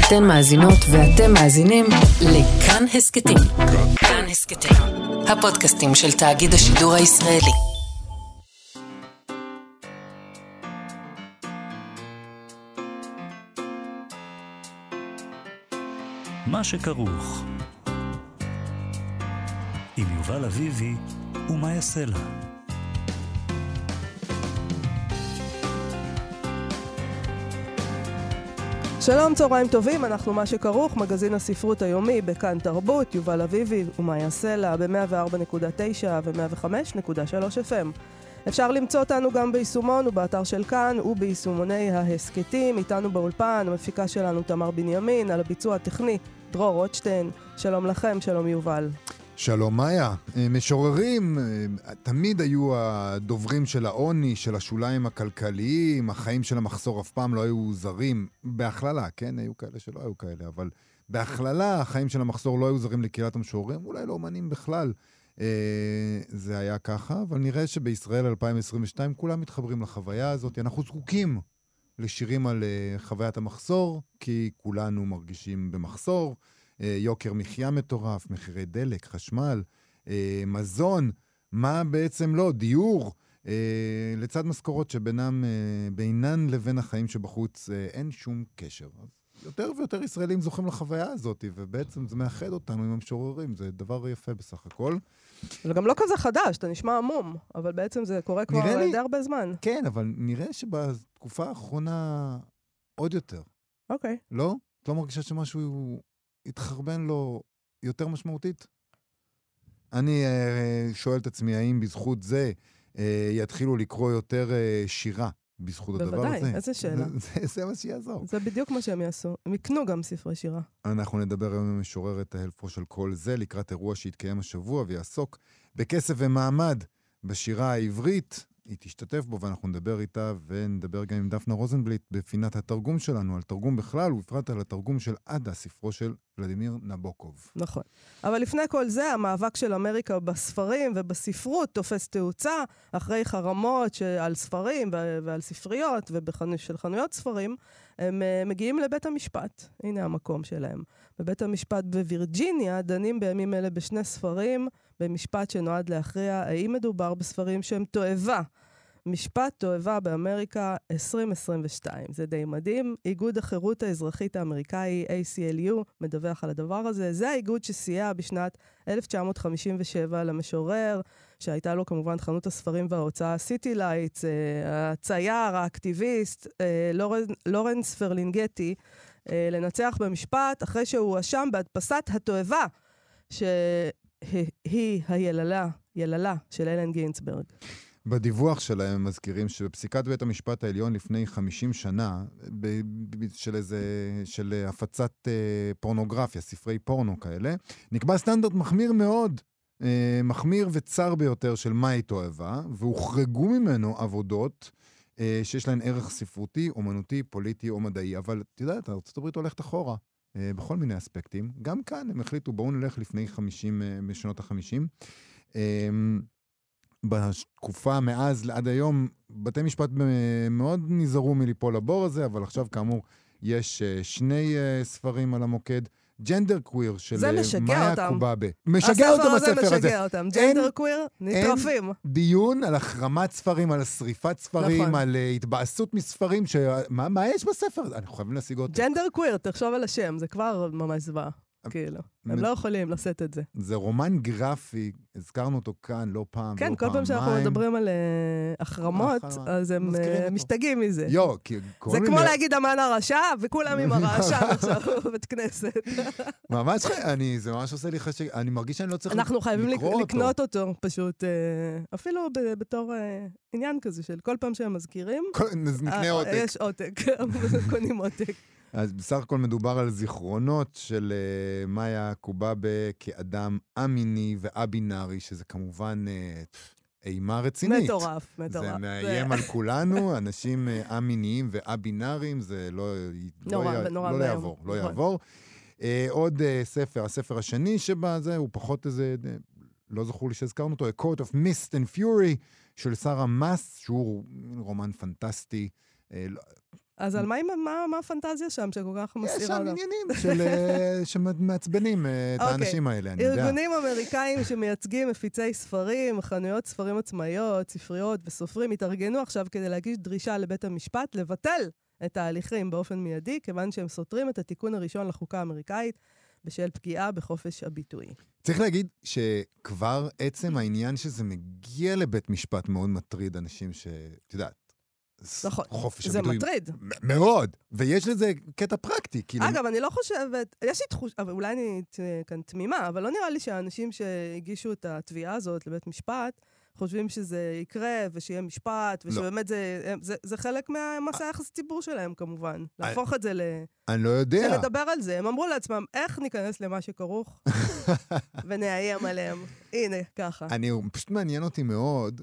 אתן מאזינות ואתם מאזינים לכאן הסקטים. כאן הסקטים, הפודקאסטים של תאגיד השידור הישראלי. מה שכרוך עם יובל אביבי ומה יעשה לה. שלום, צהריים טובים, אנחנו מה שכרוך, מגזין הספרות היומי בכאן תרבות, יובל אביבי ומה יעשה לה ב-104.9 ו-105.3 FM. אפשר למצוא אותנו גם ביישומון ובאתר של כאן וביישומוני ההסקטים. איתנו באולפן, המפיקה שלנו תמר בנימין, על הביצוע הטכני דרור רוטשטיין. שלום לכם, שלום יובל. שלום מאיה. משוררים תמיד היו הדוברים של העוני, של השוליים הכלכליים, החיים של המחסור אף פעם לא היו זרים, בהכללה, כן? היו כאלה שלא היו כאלה, אבל בהכללה החיים של המחסור לא היו זרים לקהילת המשוררים, אולי לא אומנים בכלל. זה היה ככה, אבל נראה שבישראל 2022 כולם מתחברים לחוויה הזאת. אנחנו זקוקים לשירים על חוויית המחסור, כי כולנו מרגישים במחסור. יוקר מחיה מטורף, מחירי דלק, חשמל, מזון, מה בעצם לא, דיור, לצד משכורות שבינן לבין החיים שבחוץ אין שום קשר. יותר ויותר ישראלים זוכים לחוויה הזאת, ובעצם זה מאחד אותנו עם המשוררים, זה דבר יפה בסך הכל. זה גם לא כזה חדש, אתה נשמע עמום, אבל בעצם זה קורה כבר די הרבה זמן. כן, אבל נראה שבתקופה האחרונה עוד יותר. אוקיי. לא? את לא מרגישה שמשהו התחרבן לו יותר משמעותית? אני שואל את עצמי, האם בזכות זה יתחילו לקרוא יותר שירה בזכות הדבר הזה? בוודאי, איזה שאלה. זה מה שיעזור. זה בדיוק מה שהם יעשו. הם יקנו גם ספרי שירה. אנחנו נדבר היום עם משוררת ההלפו של כל זה, לקראת אירוע שהתקיים השבוע ויעסוק בכסף ומעמד בשירה העברית. היא תשתתף בו ואנחנו נדבר איתה, ונדבר גם עם דפנה רוזנבליט בפינת התרגום שלנו, על תרגום בכלל, ובפרט על התרגום של עדה, ספרו של ולדימיר נבוקוב. נכון. אבל לפני כל זה, המאבק של אמריקה בספרים ובספרות תופס תאוצה, אחרי חרמות על ספרים ועל ספריות ושל חנויות ספרים, הם מגיעים לבית המשפט. הנה המקום שלהם. בבית המשפט בווירג'יניה דנים בימים אלה בשני ספרים, במשפט שנועד להכריע האם מדובר בספרים שהם תועבה. משפט תועבה באמריקה 2022. זה די מדהים. איגוד החירות האזרחית האמריקאי, ACLU, מדווח על הדבר הזה. זה האיגוד שסייע בשנת 1957 למשורר, שהייתה לו כמובן חנות הספרים וההוצאה סיטי לייטס, הצייר, האקטיביסט, לורנס פרלינגטי, לנצח במשפט אחרי שהוא אשם בהדפסת התועבה, שהיא היללה של אלן גינסברג. בדיווח שלהם הם מזכירים שבפסיקת בית המשפט העליון לפני 50 שנה, של הפצת פורנוגרפיה, ספרי פורנו כאלה, נקבע סטנדרט מחמיר מאוד, מחמיר וצר ביותר של מהי תועבה, והוחרגו ממנו עבודות שיש להן ערך ספרותי, אומנותי, פוליטי או מדעי. אבל את יודעת, ארצות הברית הולכת אחורה בכל מיני אספקטים. גם כאן הם החליטו, בואו נלך לפני 50, בשנות ה-50. בתקופה מאז עד היום, בתי משפט מאוד נזהרו מליפול לבור הזה, אבל עכשיו כאמור יש שני ספרים על המוקד. ג'נדר קוויר של מאיה קובאבה. משגע אותם הספר הזה. משגע אותם. ג'נדר קוויר נטרפים. אין דיון על החרמת ספרים, על שריפת ספרים, על התבאסות מספרים. מה יש בספר? אנחנו חייבים להשיג אותו. ג'נדר קוויר, תחשוב על השם, זה כבר ממש זוועה. כאילו, הם לא יכולים לשאת את זה. זה רומן גרפי, הזכרנו אותו כאן לא פעם, כן, כל פעם שאנחנו מדברים על החרמות, אז הם משתגעים מזה. זה כמו להגיד אמן הרשע, וכולם עם הרעשן עכשיו בבית כנסת. ממש, זה ממש עושה לי חשק, אני מרגיש שאני לא צריך לקרוא אותו. אנחנו חייבים לקנות אותו, פשוט, אפילו בתור עניין כזה, של כל פעם שהם מזכירים, נקנה עותק. יש עותק, קונים עותק. אז בסך הכל מדובר על זיכרונות של מאיה קובאבה כאדם א-מיני ואבינרי, שזה כמובן אימה רצינית. מטורף. זה מאיים על כולנו, אנשים א-מיניים ואבינריים, זה לא יעבור. עוד ספר, הספר השני שבה זה, הוא פחות איזה, לא זכור לי שהזכרנו אותו, A Court of Mist and Fury, של שרה מס, שהוא רומן פנטסטי, אז על מה הפנטזיה שם שכל כך מסעירה? יש שם עניינים שמעצבנים את האנשים האלה, אני יודע. ארגונים אמריקאים שמייצגים מפיצי ספרים, חנויות ספרים עצמאיות, ספריות וסופרים, התארגנו עכשיו כדי להגיש דרישה לבית המשפט לבטל את ההליכים באופן מיידי, כיוון שהם סותרים את התיקון הראשון לחוקה האמריקאית, בשל פגיעה בחופש הביטוי. צריך להגיד שכבר עצם העניין שזה מגיע לבית משפט מאוד מטריד אנשים שאת יודעת, נכון, חופש זה הביטוי מטריד. מאוד, ויש לזה קטע פרקטי. אגב, אני לא חושבת, יש לי תחוש, אבל אולי אני כאן תמימה, אבל לא נראה לי שהאנשים שהגישו את התביעה הזאת לבית משפט, חושבים שזה יקרה ושיהיה משפט, ושבאמת זה חלק מהמסע היחס ציבור שלהם כמובן. להפוך את זה אני לא יודע. שנדבר על זה. הם אמרו לעצמם, איך ניכנס למה שכרוך, ונאיים עליהם. הנה, ככה. פשוט מעניין אותי מאוד,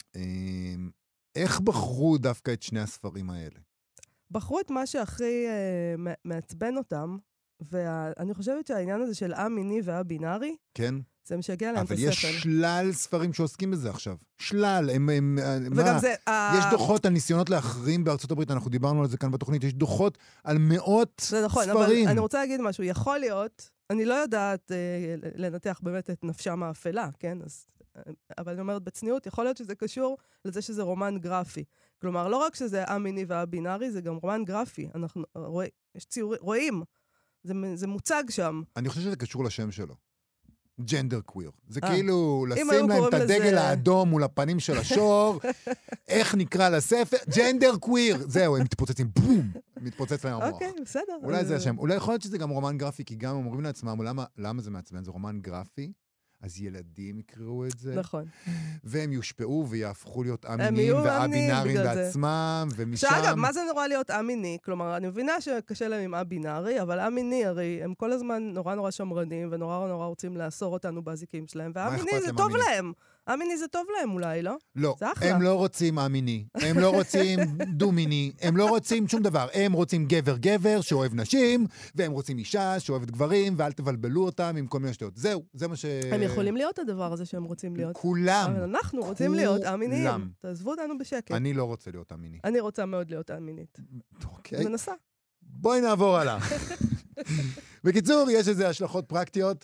איך בחרו דווקא את שני הספרים האלה? בחרו את מה שהכי מעצבן אותם, ואני חושבת שהעניין הזה של א-מיני וא-בינארי, כן. זה משגע להם את אבל השכל. יש שלל ספרים שעוסקים בזה עכשיו. שלל. וגם זה... יש דוחות על ניסיונות להחרים בארצות הברית, אנחנו דיברנו על זה כאן בתוכנית, יש דוחות על מאות ספרים. זה נכון, אבל אני רוצה להגיד משהו. יכול להיות, אני לא יודעת לנתח באמת את נפשם האפלה, כן? אבל אני אומרת בצניעות, יכול להיות שזה קשור לזה שזה רומן גרפי. כלומר, לא רק שזה א-מיני וא-בינארי, זה גם רומן גרפי. אנחנו רואים, זה מוצג שם. אני חושב שזה קשור לשם שלו. ג'נדר קוויר. זה כאילו לשים להם את הדגל האדום מול הפנים של השור, איך נקרא לספר? ג'נדר קוויר. זהו, הם מתפוצצים, בום! מתפוצץ להם המוח. אוקיי, בסדר. אולי זה השם. אולי יכול להיות שזה גם רומן גרפי, כי גם אומרים לעצמם, למה זה מעצבן? זה רומן גרפי? אז ילדים יקראו את זה. נכון. והם יושפעו ויהפכו להיות א-מיניים וא-בינאריים בעצמם, ומשם... שאגב, מה זה נורא להיות א-מיני? כלומר, אני מבינה שקשה להם עם א-בינארי, אבל א-מיני הרי הם כל הזמן נורא שמרנים, ונורא רוצים לאסור אותנו באזיקים שלהם, וא-מיני זה טוב להם. א-מיני זה טוב להם אולי, לא? לא, הם לא רוצים א-מיני, הם לא רוצים דו-מיני, הם לא רוצים שום דבר. הם רוצים גבר שאוהב נשים, והם רוצים אישה שאוהבת גברים, ואל תבלבלו אותם עם כל מיני שטויות. זהו, זה מה ש... הם יכולים להיות הדבר הזה שהם רוצים להיות. כולם. אבל אנחנו רוצים להיות א-מיניים. תעזבו אותנו בשקט. אני לא רוצה להיות א-מיני. אני רוצה מאוד להיות א-מינית. אוקיי. מנסה. בואי נעבור הלאה. בקיצור, יש איזה השלכות פרקטיות.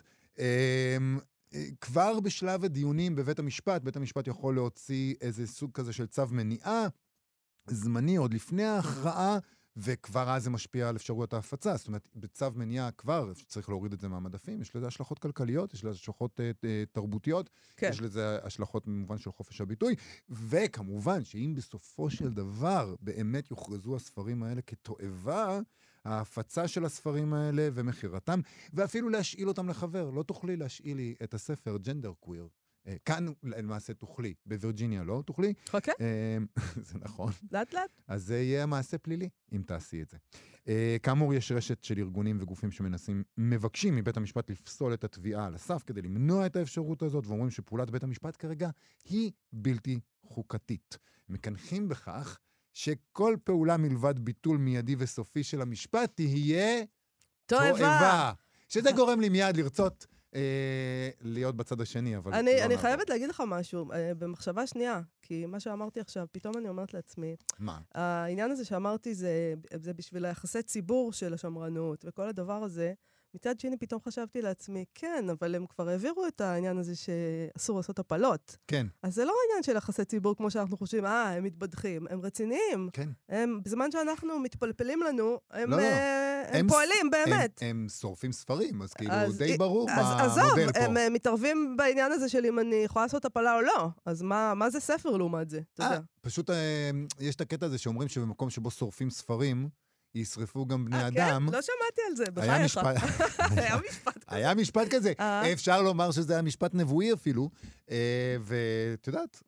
כבר בשלב הדיונים בבית המשפט, בית המשפט יכול להוציא איזה סוג כזה של צו מניעה, זמני עוד לפני ההכרעה, וכבר אז זה משפיע על אפשרויות ההפצה. זאת אומרת, בצו מניעה כבר צריך להוריד את זה מהמדפים, יש לזה השלכות כלכליות, יש לזה השלכות תרבותיות, כן. יש לזה השלכות במובן של חופש הביטוי, וכמובן שאם בסופו של דבר באמת יוכרזו הספרים האלה כתועבה, ההפצה של הספרים האלה ומחירתם, ואפילו להשאיל אותם לחבר. לא תוכלי להשאיל לי את הספר ג'נדר קוויר. כאן למעשה תוכלי, בווירג'יניה לא תוכלי. חכה. זה נכון. לאט. אז זה יהיה מעשה פלילי, אם תעשי את זה. כאמור, יש רשת של ארגונים וגופים מבקשים מבית המשפט לפסול את התביעה על הסף, כדי למנוע את האפשרות הזאת, ואומרים שפעולת בית המשפט כרגע היא בלתי חוקתית. מקנחים בכך שכל פעולה מלבד ביטול מיידי וסופי של המשפט תהיה תועבה. שזה גורם לי מיד לרצות להיות בצד השני, אבל... אני חייבת להגיד לך משהו, במחשבה שנייה, כי מה שאמרתי עכשיו, פתאום אני אומרת לעצמי, מה? העניין הזה שאמרתי זה בשביל היחסי ציבור של השמרנות, וכל הדבר הזה, מצד שני פתאום חשבתי לעצמי, כן, אבל הם כבר העבירו את העניין הזה שאסור לעשות הפלות. כן. אז זה לא העניין של יחסי ציבור כמו שאנחנו חושבים, הם מתבדחים, הם רציניים. כן. בזמן שאנחנו מתפלפלים לנו, הם פועלים באמת. הם שורפים ספרים, אז כאילו די ברור מה המודל פה. עזוב, הם מתערבים בעניין הזה של אם אני יכולה לעשות הפלה או לא. אז מה זה ספר לעומת זה? אתה יודע. פשוט יש את הקטע הזה שאומרים שבמקום שבו שורפים ספרים, ישרפו גם בני אדם. כן? לא שמעתי על זה, בחייך. היה משפט כזה. היה משפט כזה. אפשר לומר שזה היה משפט נבואי אפילו, ואת יודעת,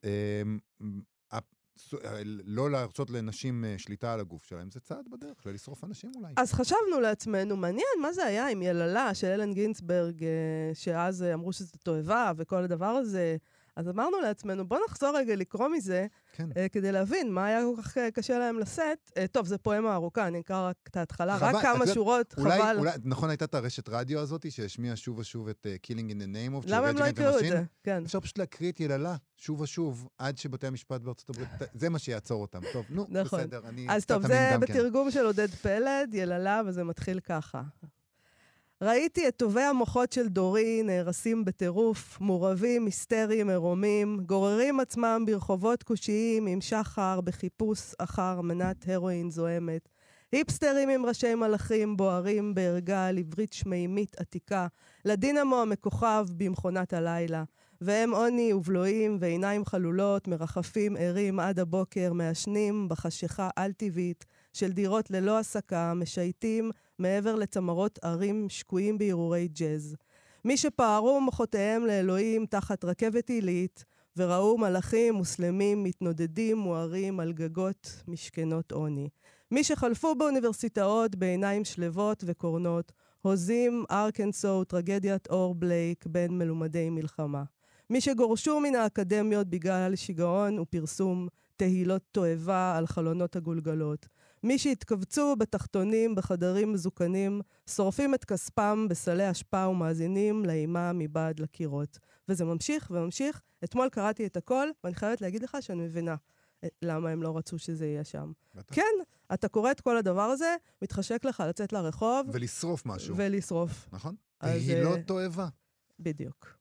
לא להרצות לנשים שליטה על הגוף שלהם, זה צעד בדרך, לשרוף אנשים אולי. אז חשבנו לעצמנו, מעניין מה זה היה עם יללה של אלן גינסברג, שאז אמרו שזה תועבה וכל הדבר הזה, אז אמרנו לעצמנו, בוא נחזור רגע לקרוא מזה, כן. כדי להבין מה היה כל כך קשה להם לשאת. טוב, זה פואמה ארוכה, אני אקרא רק את ההתחלה, רק כמה שורות, חבל. אולי, נכון, הייתה את הרשת רדיו הזאת, שהשמיעה שוב ושוב את Killing in the Name of, למה הם לא יקראו את זה? כן. אפשר פשוט להקריא את יללה, שוב ושוב, עד שבתי המשפט בארצות הברית, זה מה שיעצור אותם. טוב, נו, בסדר, אני אז טוב, זה בתרגום של עודד פלד, יללה, וזה מתחיל ככה. ראיתי את טובי המוחות של דורי נהרסים בטירוף, מורבים, מיסטריים, עירומים, גוררים עצמם ברחובות קושיים עם שחר בחיפוש אחר מנת הרואין זוהמת. היפסטרים עם ראשי מלאכים בוערים בערגה על עברית שמימית עתיקה, לדינמו המכוכב במכונת הלילה. והם עוני ובלועים ועיניים חלולות, מרחפים ערים עד הבוקר, מעשנים בחשיכה על-טבעית של דירות ללא עסקה, משייטים מעבר לצמרות ערים שקועים בהרהורי ג'אז. מי שפערו מוחותיהם לאלוהים תחת רכבת עילית, וראו מלאכים מוסלמים מתנודדים מוארים על גגות משכנות עוני. מי שחלפו באוניברסיטאות בעיניים שלבות וקורנות, הוזים ארקנסו טרגדיית אור בלייק בין מלומדי מלחמה. מי שגורשו מן האקדמיות בגלל שיגעון ופרסום תהילות תועבה על חלונות הגולגלות. מי שהתכווצו בתחתונים בחדרים מזוקנים, שורפים את כספם בסלי אשפה ומאזינים לאימה מבעד לקירות. וזה ממשיך וממשיך. אתמול קראתי את הכל, ואני חייבת להגיד לך שאני מבינה למה הם לא רצו שזה יהיה שם. כן, אתה קורא את כל הדבר הזה, מתחשק לך לצאת לרחוב. ולשרוף משהו. ולשרוף. נכון? תהילות תועבה. בדיוק.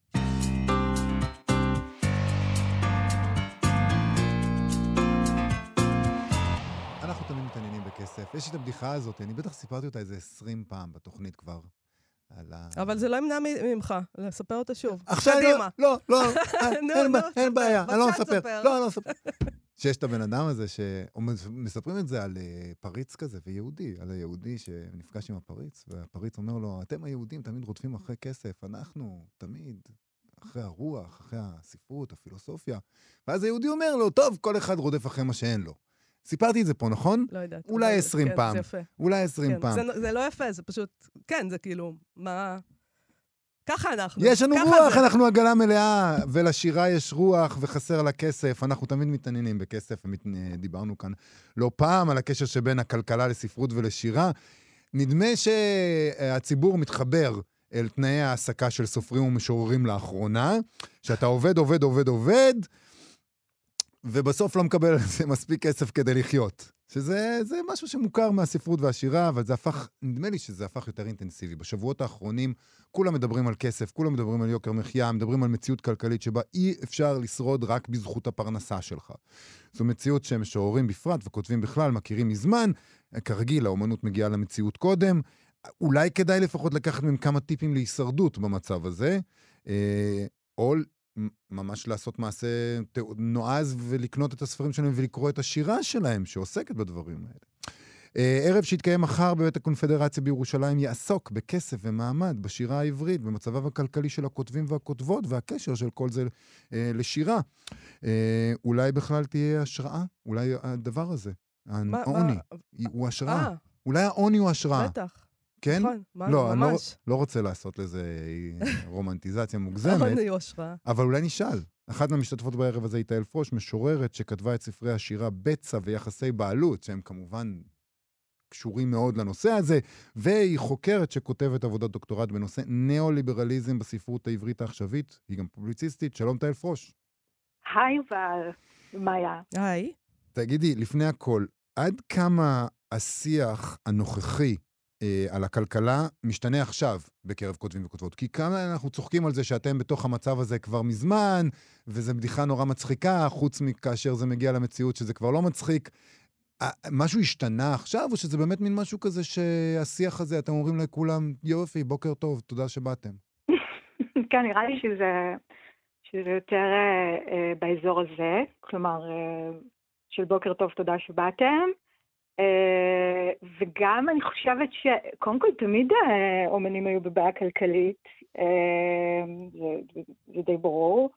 אנחנו תמיד מתעניינים בכסף. יש לי את הבדיחה הזאת, אני בטח סיפרתי אותה איזה 20 פעם בתוכנית כבר. אבל זה לא ימנע ממך, לספר אותה שוב. עכשיו לא, אין בעיה, אני לא מספר. שיש את הבן אדם הזה, שמספרים את זה על פריץ כזה, ויהודי, על היהודי שנפגש עם הפריץ, והפריץ אומר לו, אתם היהודים תמיד רודפים אחרי כסף, אנחנו תמיד אחרי הרוח, אחרי הספרות, הפילוסופיה. ואז היהודי אומר לו, טוב, כל אחד רודף אחרי מה שאין לו. סיפרתי את זה פה, נכון? לא יודעת. אולי 20 פעם. זה יפה. אולי 20 פעם. זה לא יפה, זה פשוט, כן, זה כאילו, מה... ככה אנחנו. יש לנו רוח, אנחנו עגלה מלאה, ולשירה יש רוח וחסר לה כסף. אנחנו תמיד מתעניינים בכסף, דיברנו כאן לא פעם על הקשר שבין הכלכלה לספרות ולשירה. נדמה שהציבור מתחבר אל תנאי העסקה של סופרים ומשוררים לאחרונה, שאתה עובד, ובסוף לא מקבל על זה מספיק כסף כדי לחיות. שזה משהו שמוכר מהספרות והשירה, אבל נדמה לי שזה הפך יותר אינטנסיבי. בשבועות האחרונים כולם מדברים על כסף, כולם מדברים על יוקר מחיה, מדברים על מציאות כלכלית שבה אי אפשר לשרוד רק בזכות הפרנסה שלך. זו מציאות שמשוררים בפרט וכותבים בכלל, מכירים מזמן, כרגיל, האומנות מגיעה למציאות קודם, אולי כדאי לפחות לקחת מהם כמה טיפים להישרדות במצב הזה, או ממש לעשות מעשה נועז ולקנות את הספרים שלהם ולקרוא את השירה שלהם שעוסקת בדברים האלה. ערב שהתקיים מחר בבית הקונפדרציה בירושלים יעסוק בכסף ומעמד בשירה העברית, במצבם הכלכלי של הכותבים והכותבות והקשר של כל זה לשירה. אולי בכלל תהיה השראה? אולי הדבר הזה, העוני, הוא השראה. אולי העוני הוא השראה. בטח. כן? נכון, לא, אני ממש. לא רוצה לעשות לזה רומנטיזציה מוגזמת, אבל אולי נשאל. אחת מהמשתתפות בערב הזה היא תהל פרוש, משוררת שכתבה את ספרי השירה בצע ויחסי בעלות, שהם כמובן קשורים מאוד לנושא הזה, והיא חוקרת שכותבת עבודת דוקטורט בנושא ניאו-ליברליזם בספרות העברית העכשווית. היא גם פובליציסטית. שלום תהל פרוש. היי מאיה. היי. תגידי, לפני הכל, עד כמה השיח הנוכחי על הכלכלה משתנה עכשיו בקרב כותבים וכותבות? כי כמה אנחנו צוחקים על זה שאתם בתוך המצב הזה כבר מזמן, וזה בדיחה נורא מצחיקה, חוץ מכאשר זה מגיע למציאות שזה כבר לא מצחיק. משהו השתנה עכשיו, או שזה באמת מין משהו כזה שהשיח הזה, אתם אומרים לכולם, יופי, בוקר טוב, תודה שבאתם? כן, נראה לי שזה יותר באזור הזה, כלומר, של בוקר טוב, תודה שבאתם. וגם אני חושבת שקודם כל תמיד אומנים היו בבעיה כלכלית, זה די ברור.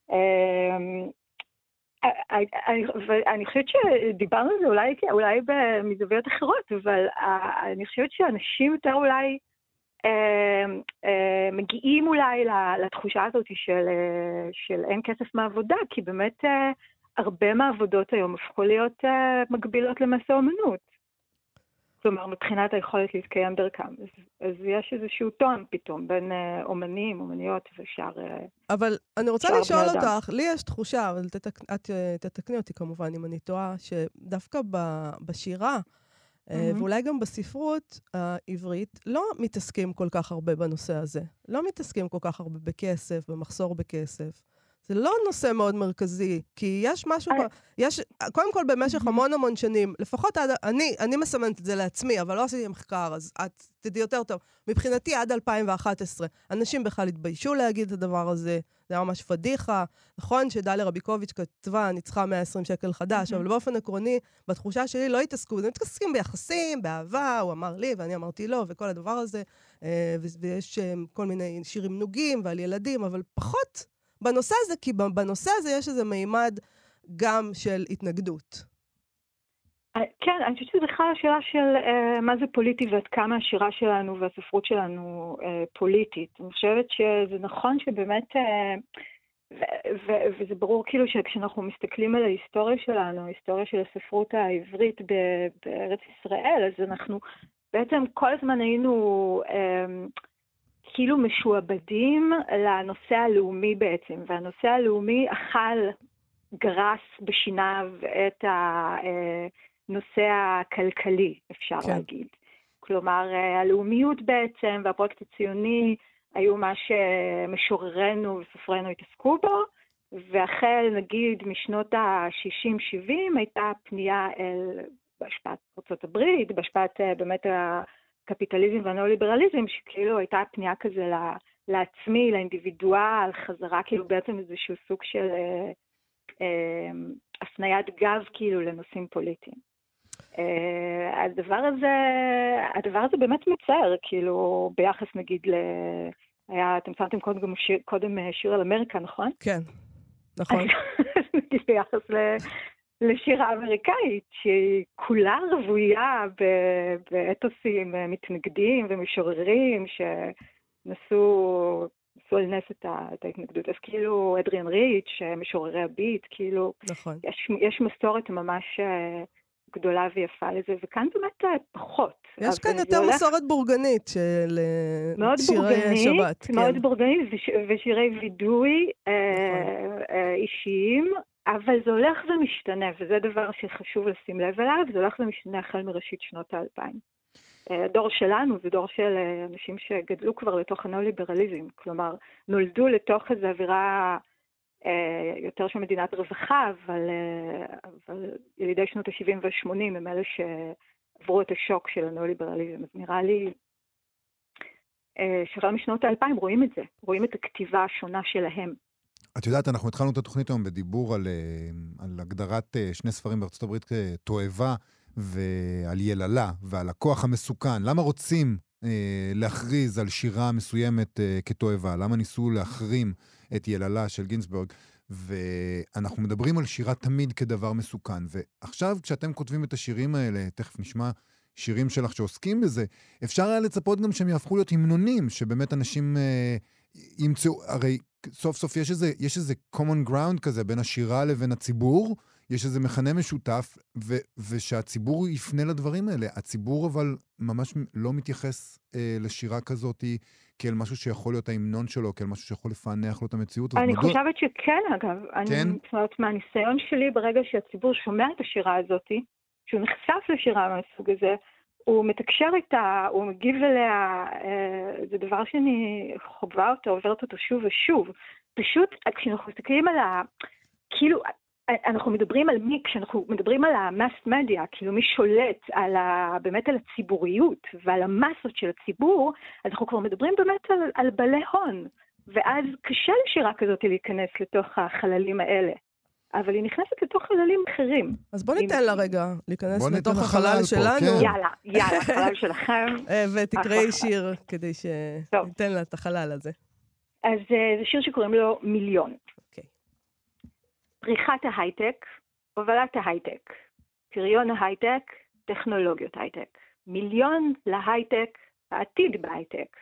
אני חושבת שדיברנו על זה אולי מזוויות אחרות, אבל אני חושבת שאנשים יותר אולי מגיעים אולי לתחושה הזאת של אין כסף מעבודה, כי באמת הרבה מהעבודות היום הפכו להיות מגבילות למעשה אומנות. כלומר, מבחינת היכולת להתקיים דרכם. אז יש איזשהו טון פתאום בין אומנים, אומניות ושאר אבל אני רוצה שאר לשאול בני אדם. אותך, לי יש תחושה, אבל את תתקני אותי כמובן אם אני טועה, שדווקא בשירה, ואולי גם בספרות העברית, לא מתעסקים כל כך הרבה בנושא הזה. לא מתעסקים כל כך הרבה בכסף, במחסור בכסף. זה לא נושא מאוד מרכזי, כי יש משהו, קודם כל במשך המון שנים, לפחות אני מסמנת את זה לעצמי, אבל לא עשיתי מחקר, אז את תדעי יותר טוב. מבחינתי עד 2011, אנשים בכלל התביישו להגיד את הדבר הזה, זה היה ממש פדיחה. נכון שדליה רביקוביץ' כתבה, ניצחה 120 שקל חדש, אבל באופן עקרוני, בתחושה שלי לא התעסקו, הם מתעסקים ביחסים, באהבה, הוא אמר לי ואני אמרתי לו, וכל הדבר הזה, ויש כל מיני שירים נוגים ועל ילדים, אבל פחות בנושא הזה, כי בנושא הזה יש איזה מימד גם של התנגדות. כן, אני חושבת שזה בכלל השאלה של מה זה פוליטי ועד כמה השירה שלנו והספרות שלנו פוליטית. אני חושבת שזה נכון שבאמת, וזה ברור כאילו שכשאנחנו מסתכלים על ההיסטוריה שלנו, ההיסטוריה של הספרות העברית בארץ ישראל, אז אנחנו בעצם כל הזמן היינו כאילו משועבדים לנושא הלאומי בעצם, והנושא הלאומי גרס בשיניו את הנושא הכלכלי, אפשר להגיד. כלומר, הלאומיות בעצם והפרויקט הציוני היו מה שמשוררנו וסופרנו התעסקו בו, והחל נגיד משנות ה-60-70 הייתה פנייה אל בהשפעת ארצות הברית, בהשפעת באמת הקפיטליזם והניאו-ליברליזם, שכאילו הייתה פנייה כזה לעצמי, לאינדיבידואל, חזרה כאילו בעצם איזשהו סוג של הפניית גב כאילו לנושאים פוליטיים. הדבר הזה באמת מצער, כאילו ביחס נגיד אתם שמתם קודם שיר על אמריקה, נכון? כן, נכון. נגיד ביחס לשירה אמריקאית, שהיא כולה רבויה באתוסים מתנגדים ומשוררים שנסו על נס את ההתנגדות. אז כאילו אדריאן ריץ', משוררי הביט, כאילו נכון. יש מסורת ממש גדולה ויפה לזה, וכאן באמת פחות. יש כאן יותר מסורת בורגנית של שירי שבת. מאוד בורגנית, ושירי וידוי אישיים, אבל זה הולך ומשתנה, וזה דבר שחשוב לשים לב אליו, זה הולך ומשתנה החל מראשית שנות ה-2000. הדור שלנו זה דור של אנשים שגדלו כבר לתוך הניאו-ליברליזם, כלומר, נולדו לתוך איזו אווירה יותר של מדינת רווחה, אבל ילידי שנות ה-70 וה-80 הם אלה שעברו את השוק של הניאו-ליברליזם. אז נראה לי שחל משנות ה-2000 רואים את זה, רואים את הכתיבה השונה שלהם. את יודעת, אנחנו התחלנו את התוכנית היום בדיבור על הגדרת שני ספרים בארצות הברית כתועבה ועל יללה ועל הכוח המסוכן. למה רוצים להכריז על שירה מסוימת כתועבה? למה ניסו להחרים את יללה של גינסברג? ואנחנו מדברים על שירה תמיד כדבר מסוכן. ועכשיו כשאתם כותבים את השירים האלה, תכף נשמע שירים שלך שעוסקים בזה, אפשר היה לצפות גם שהם יהפכו להיות המנונים, שבאמת אנשים ימצאו, הרי סוף סוף יש איזה common ground כזה בין השירה לבין הציבור, יש איזה מכנה משותף, ושהציבור יפנה לדברים האלה. הציבור אבל ממש לא מתייחס לשירה כזאת כאל משהו שיכול להיות ההמנון שלו, כאל משהו שיכול לפענח לו את המציאות. אני חושבת שכן, אגב. כן? זאת אומרת, מהניסיון שלי, ברגע שהציבור שומע את השירה הזאת, שהוא נחשף לשירה מהסוג הזה, הוא מתקשר איתה, הוא מגיב אליה, זה דבר שאני חווה אותו, עוברת אותו שוב ושוב. פשוט, כשאנחנו מסתכלים על כאילו, אנחנו מדברים על מי, כשאנחנו מדברים על המאס מדיה, כאילו מי שולט באמת על הציבוריות ועל המסות של הציבור, אז אנחנו כבר מדברים באמת על בעלי הון, ואז קשה לשירה כזאת להיכנס לתוך החללים האלה. אבל היא נכנסת לתוך חללים אחרים. אז בוא ניתן לה רגע להיכנס לתוך החלל שלנו. יאללה, החלל שלכם. ותקראי שיר כדי שניתן לה את החלל הזה. אז זה שיר שקוראים לו מיליון. אוקיי. פריחת ההייטק, הובלת ההייטק, פריון ההייטק, טכנולוגיות הייטק. מיליון להייטק, העתיד בהייטק.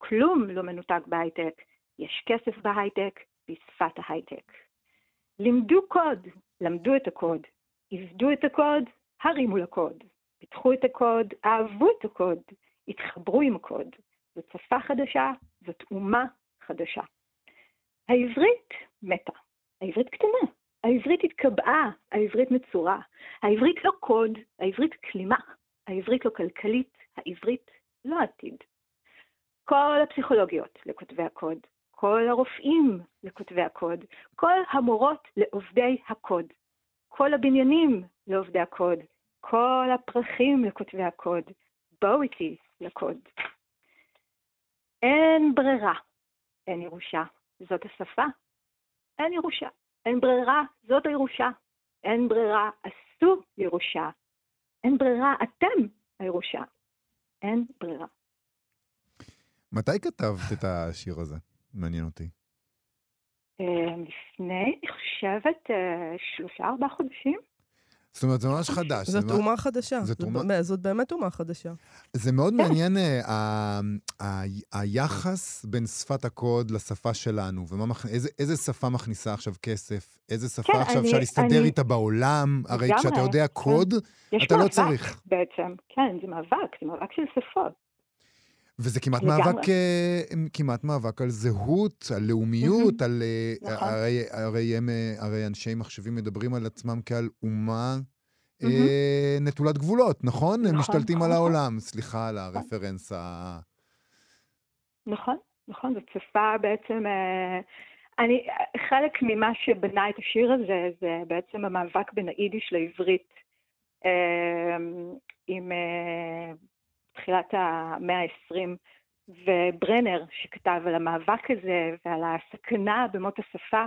כלום לא מנותק בהייטק. יש כסף בהייטק, בשפת ההייטק. לימדו קוד, למדו את הקוד. עבדו את הקוד, הרימו לקוד. פיתחו את הקוד, אהבו את הקוד. התחברו עם הקוד. זאת שפה חדשה, זאת אומה חדשה. העברית מתה. העברית קטנה. העברית התקבעה, העברית מצורה. העברית לא קוד, העברית כלימה. העברית לא כלכלית, העברית לא עתיד. כל הפסיכולוגיות לכותבי הקוד, כל הרופאים לכותבי הקוד, כל המורות לעובדי הקוד, כל הבניינים לעובדי הקוד, כל הפרחים לכותבי הקוד, בואו איתי לקוד. אין ברירה, אין ירושה, זאת השפה. אין ירושה, אין ברירה, זאת הירושה. אין ברירה, עשו ירושה. אין ברירה, אתם הירושה. אין ברירה. מתי כתבת את השיר הזה? מעניין אותי. לפני, אני חושבת, 3-4 חודשים. זאת אומרת, זה ממש חדש. זאת אומה חדשה. זאת באמת אומה חדשה. זה מאוד מעניין היחס בין שפת הקוד לשפה שלנו, איזה שפה מכניסה עכשיו כסף, איזה שפה עכשיו אפשר להסתדר איתה בעולם, הרי כשאתה יודע קוד, אתה לא צריך. בעצם, כן, זה מאבק של שפות. וזה כמעט מאבק על זהות, על לאומיות, על... הרי אנשי מחשבים מדברים על עצמם כעל אומה נטולת גבולות, נכון? הם משתלטים על העולם. סליחה על הרפרנס נכון, זאת שפה בעצם... חלק ממה שבנה את השיר הזה, זה בעצם המאבק בין היידיש לעברית, עם... תחילת המאה ה-20, וברנר שכתב על המאבק הזה ועל הסכנה במות השפה.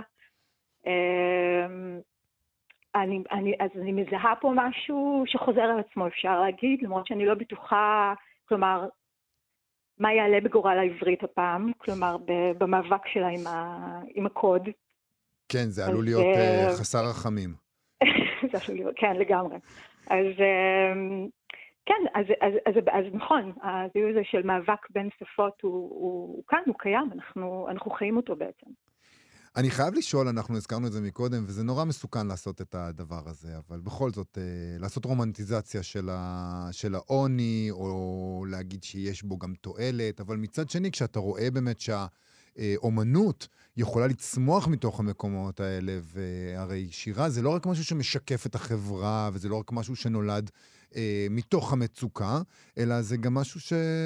אז אני מזהה פה משהו שחוזר על עצמו, אפשר להגיד, למרות שאני לא בטוחה, כלומר, מה יעלה בגורל העברית הפעם, כלומר, במאבק שלה עם הקוד. כן, זה עלול להיות חסר רחמים. זה עלול להיות, כן, לגמרי. אז... כן, אז נכון, הזיהוי הזה של מאבק בין שפות הוא כאן, הוא קיים, אנחנו חיים אותו בעצם. אני חייב לשאול, אנחנו הזכרנו את זה מקודם, וזה נורא מסוכן לעשות את הדבר הזה, אבל בכל זאת, לעשות רומנטיזציה של העוני, או להגיד שיש בו גם תועלת, אבל מצד שני, כשאתה רואה באמת שהאומנות יכולה לצמוח מתוך המקומות האלה, והרי שירה זה לא רק משהו שמשקף את החברה, וזה לא רק משהו שנולד מתוך המצוקה, אלא זה גם משהו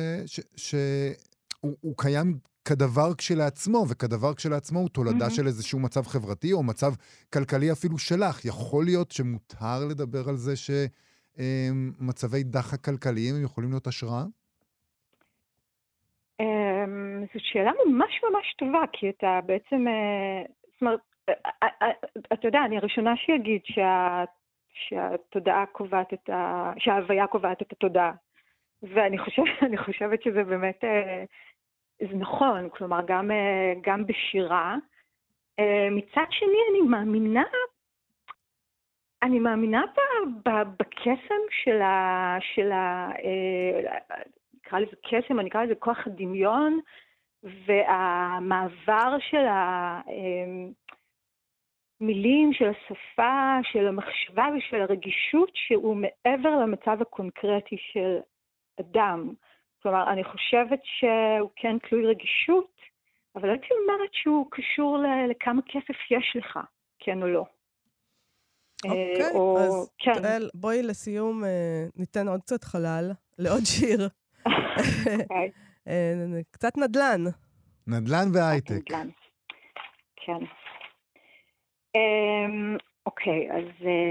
שהוא קיים כדבר כשלעצמו, וכדבר כשלעצמו הוא תולדה של איזשהו מצב חברתי, או מצב כלכלי אפילו שלך. יכול להיות שמותר לדבר על זה שמצבי דחק כלכליים יכולים להיות השראה? זו שאלה ממש ממש טובה, כי אתה בעצם, זאת אומרת, אתה יודע, אני הראשונה שיגיד שהתודעה קובעת שההוויה קובעת את התודעה. ואני חושבת שזה באמת, זה נכון, כלומר, גם בשירה. מצד שני, אני מאמינה בקסם של נקרא לזה קסם, אני אקרא לזה כוח הדמיון, והמעבר של המילים, של השפה, של המחשבה ושל הרגישות, שהוא מעבר למצב הקונקרטי של אדם. כלומר, אני חושבת שהוא כן תלוי רגישות, אבל הייתי אומרת שהוא קשור לכמה כסף יש לך, כן או לא. אוקיי, אז תואל, בואי לסיום ניתן עוד קצת חלל לעוד שיר. קצת נדל"ן. נדל"ן והייטק. כן. אוקיי, אז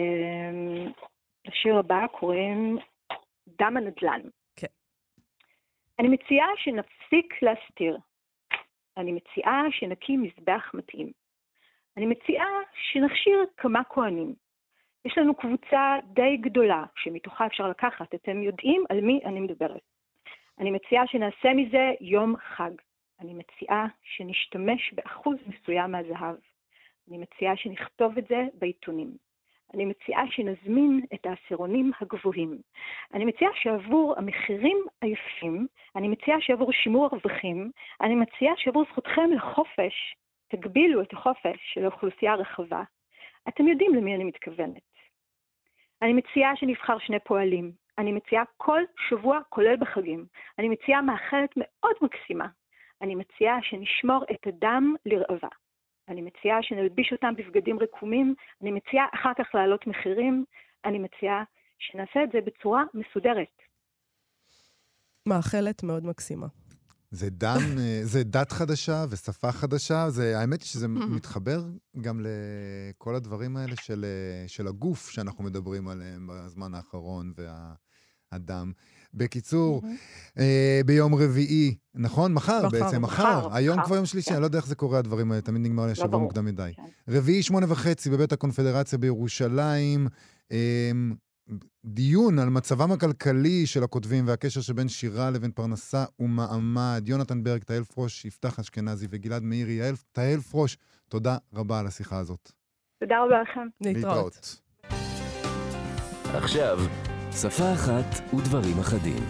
לשיר הבא קוראים דם הנדל"ן. כן. אני מציעה שנפסיק להסתיר. אני מציעה שנקים מזבח מתאים. אני מציעה שנכשיר כמה כהנים. יש לנו קבוצה די גדולה שמתוכה אפשר לקחת. אתם יודעים על מי אני מדברת. אני מציעה שנעשה מזה יום חג. אני מציעה שנשתמש באחוז מסוים מהזהב. אני מציעה שנכתוב את זה בעיתונים. אני מציעה שנזמין את העשירונים הגבוהים. אני מציעה שעבור המחירים היפים, אני מציעה שעבור שימור הרווחים, אני מציעה שעבור זכותכם לחופש, תגבילו את החופש של האוכלוסייה הרחבה. אתם יודעים למי אני מתכוונת. אני מציעה שנבחר 2 פועלים. אני מציעה כל שבוע, כולל בחגים. אני מציעה מאכלת מאוד מקסימה. אני מציעה שנשמור את הדם לרעבה. אני מציעה שנלביש אותם בבגדים רקומים. אני מציעה אחר כך להעלות מחירים. אני מציעה שנעשה את זה בצורה מסודרת. מאכלת מאוד מקסימה. זה דת חדשה ושפה חדשה. האמת היא שזה מתחבר גם לכל הדברים האלה של הגוף שאנחנו מדברים עליהם בזמן האחרון והדם. בקיצור, ביום רביעי, נכון? מחר בעצם, מחר. היום כבר יום שלישי, אני לא יודע איך זה קורה הדברים האלה, תמיד נגמר לי השבוע מוקדם מדי. רביעי 8:30 בבית הקונפדרציה בירושלים, דיון על מצבם הכלכלי של הכותבים והקשר שבין שירה לבין פרנסה ומעמד. יונתן ברג, תהל פרוש, יפתח אשכנזי וגלעד מאירי. תהל פרוש, תודה רבה על השיחה הזאת. תודה רבה לכם. להתראות. עכשיו, שפה אחת ודברים אחדים.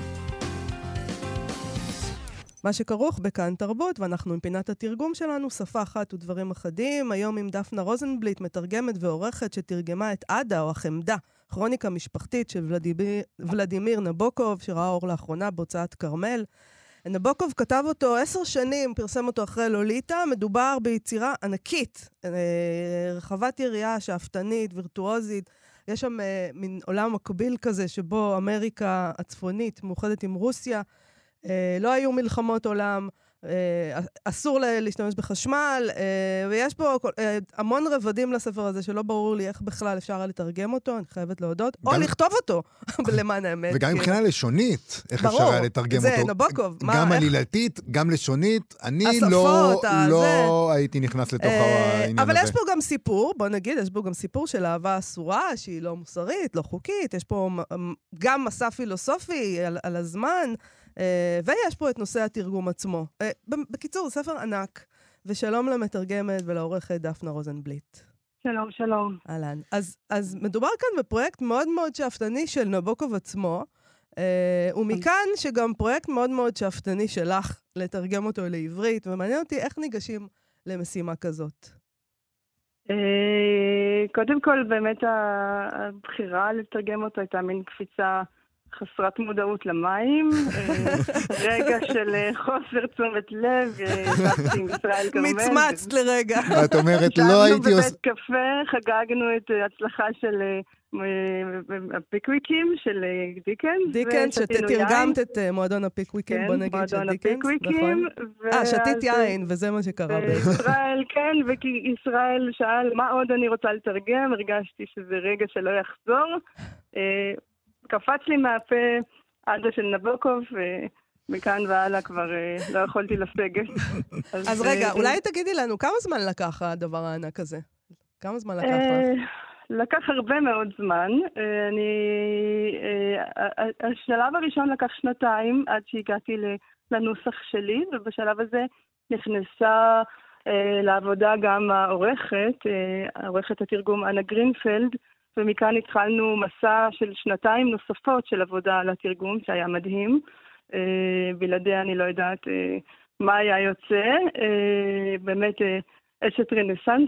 מה שכרוך בכאן תרבות, ואנחנו עם פינת התרגום שלנו, שפה אחת ודברים אחדים. היום עם דפנה רוזנבליט, מתרגמת ועורכת שתרגמה את עדה או החמדה, כרוניקה משפחתית של ולדימיר נבוקוב, שראה אור לאחרונה בהוצאת כרמל. נבוקוב כתב אותו 10 שנים, פרסם אותו אחרי לוליטה. מדובר ביצירה ענקית, רחבת יריעה, שאפתנית, וירטואוזית. יש שם מין עולם מקביל כזה, שבו אמריקה הצפונית מאוחדת עם רוסיה, לא היו מלחמות עולם, אסור להשתמש בחשמל, ויש פה המון רבדים לספר הזה, שלא ברור לי איך בכלל אפשר לתרגם אותו, אני חייבת להודות, או לכתוב אותו, למען האמת. וגם מבחינה לשונית, איך אפשר לתרגם אותו. זה נבוקוב. גם עלילתית, גם לשונית, אני לא הייתי נכנס לתוך העניין הזה. אבל יש פה גם סיפור, בוא נגיד, יש פה גם סיפור של אהבה אסורה, שהיא לא מוסרית, לא חוקית, יש פה גם מסע פילוסופי על הזמן, ויש פה את נושא התרגום עצמו. בקיצור, ספר ענק, ושלום למתרגמת ולעורכת דפנה רוזנבליט. שלום, שלום. אהלן. אז מדובר כאן בפרויקט מאוד מאוד שאפתני של נבוקוב עצמו, ומכאן שגם פרויקט מאוד מאוד שאפתני שלך לתרגם אותו לעברית, ומעניין אותי איך ניגשים למשימה כזאת. קודם כל, באמת הבחירה לתרגם אותו הייתה מין קפיצה חסרת מודעות למים, רגע של חוסר תשומת לב, ישבתי עם ישראל כרמל. מצמצת לרגע. את אומרת, לא הייתי ישבנו בבית קפה, חגגנו את ההצלחה של הפיקוויקים של דיקנס. דיקנס, שתרגמת את מועדון הפיקוויקים, בוא נגיד של דיקנס, נכון? שתית יין, וזה מה שקרה. ישראל, כן, וכי ישראל שאל מה עוד אני רוצה לתרגם, הרגשתי שזה רגע שלא יחזור. קפץ לי מהפה עדה של נבוקוב, ומכאן והלאה כבר לא יכולתי לסגת. אז רגע, אולי תגידי לנו, כמה זמן לקח הדבר הענק הזה? כמה זמן לקח לך? לקח הרבה מאוד זמן. השלב הראשון לקח 2 עד שהגעתי לנוסח שלי, ובשלב הזה נכנסה לעבודה גם העורכת התרגום אנה גרינפלד, ומכאן התחלנו מסע של 2 נוספות של עבודה על התרגום, שהיה מדהים. בלעדיה אני לא יודעת מה היה יוצא. באמת אשת רנסנס,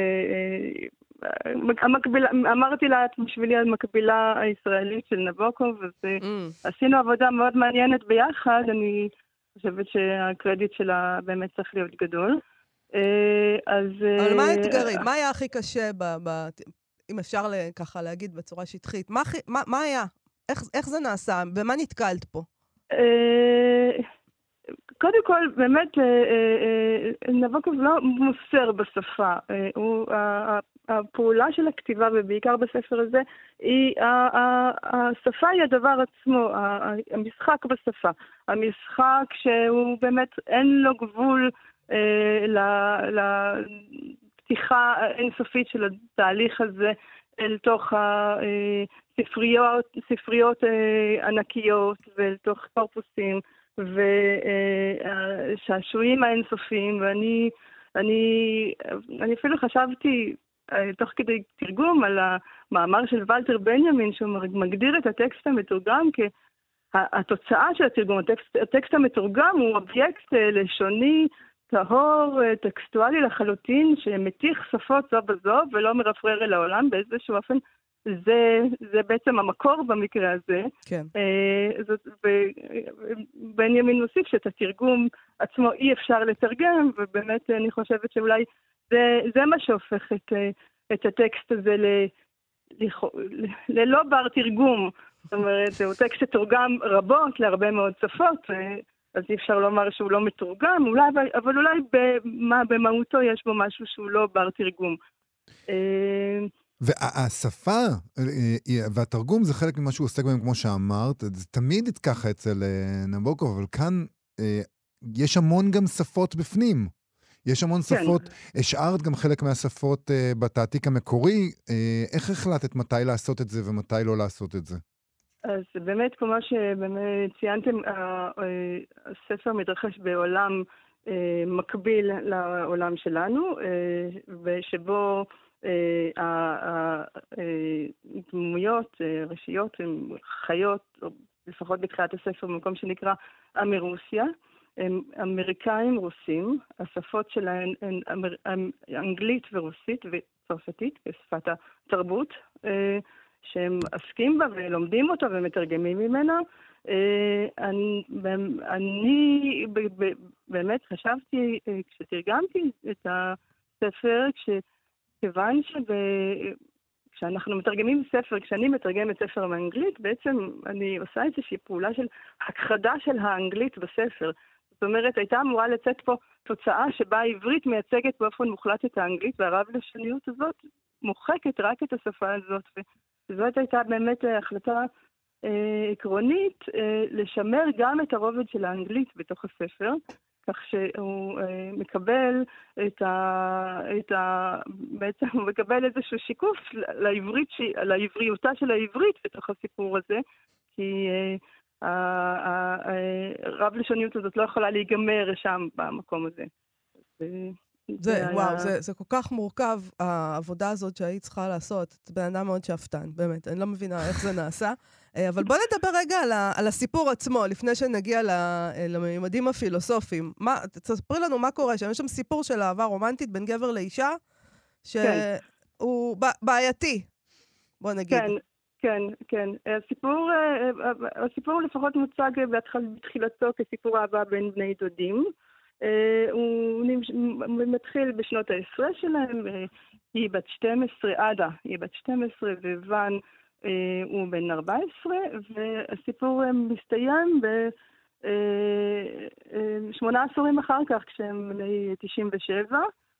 אמרתי לה, בשבילי המקבילה הישראלית של נבוקוב, אז עשינו עבודה מאוד מעניינת ביחד. אני חושבת שהקרדיט שלה באמת צריך להיות גדול. אבל מה האתגרים? מה היה הכי קשה אם אפשר ככה להגיד בצורה שטחית? מה היה? איך זה נעשה? במה נתקלת פה? קודם כל, באמת, נבוקוב לא מוסר בשפה. הפעולה של הכתיבה, ובעיקר בספר הזה, השפה היא הדבר עצמו, המשחק בשפה. המשחק שהוא באמת אין לו גבול לפתיחה אינסופית של התהליך הזה אל תוך ספריות ענקיות ואל תוך קורפוסים ושעשועים האינסופיים, ואני אפילו חשבתי תוך כדי תרגום על המאמר של ולטר בנימין, שהוא מגדיר את הטקסט המתורגם התוצאה של התרגום. הטקסט המתורגם הוא אובייקט לשוני, טהור, טקסטואלי לחלוטין, שמתיך שפות זו בזו ולא מרפרר אל העולם באיזשהו אופן. זה בעצם המקור במקרה הזה. כן. בנימין מוסיף שאת התרגום עצמו אי אפשר לתרגם, ובאמת אני חושבת שאולי זה מה שהופך את הטקסט הזה ללא בר תרגום. זאת אומרת, הוא טקסט שתורגם רבות להרבה מאוד שפות, אז אי אפשר לומר שהוא לא מתורגם, אבל אולי במהותו יש בו משהו שהוא לא בר תרגום. והשפה והתרגום זה חלק ממה שהוא עוסק בהם, כמו שאמרת, זה תמיד ככה אצל נבוקוב, אבל כאן יש המון גם שפות בפנים. יש המון שפות, השארת גם חלק מהשפות בתעתיק המקורי. איך החלטת מתי לעשות את זה ומתי לא לעשות את זה? אז באמת, כמו שבאמת ציינתם, הספר מתרחש בעולם מקביל לעולם שלנו, ושבו הדמויות, ראשיות, הן חיות, לפחות בתחילת הספר, במקום שנקרא אמרוסיה. הם אמריקאים רוסים, השפות שלהם הן אנגלית ורוסית וצרפתית, בשפת התרבות, שהם עסקים בה ולומדים אותה ומתרגמים ממנה. אני באמת חשבתי, כשתרגמתי את הספר, כיוון כשאנחנו מתרגמים ספר, כשאני מתרגמת ספר מאנגלית, בעצם אני עושה איזושהי פעולה של הכחדה של האנגלית בספר. זאת אומרת, הייתה אמורה לצאת פה תוצאה שבה העברית מייצגת באופן מוחלט את האנגלית, והרב-לשוניות הזאת מוחקת רק את השפה הזאת. וזאת הייתה באמת החלטה עקרונית לשמר גם את הרובד של האנגלית בתוך הספר, כך שהוא מקבל בעצם הוא מקבל איזשהו שיקוף לעבריותה של העברית בתוך הסיפור הזה, כי הרב-לשוניות הזאת לא יכולה להיגמר שם במקום הזה. זה כל כך מורכב, העבודה הזאת שהיית צריכה לעשות. את בן אדם מאוד שאפתן, באמת. אני לא מבינה איך זה נעשה. אבל בוא נדבר רגע על הסיפור עצמו, לפני שנגיע לממדים הפילוסופיים. תספרי לנו מה קורה שם. יש שם סיפור של אהבה רומנטית בין גבר לאישה, שהוא בעייתי. בוא נגיד. כן. הסיפור לפחות מוצג בתחילתו כסיפור אהבה בין בני דודים. הוא מתחיל בשנות ה-10 שלהם, היא בת 12, עדה, היא בת 12 וואן הוא בן 14, והסיפור מסתיים 8 עשורים אחר כך, כשהם בני 97,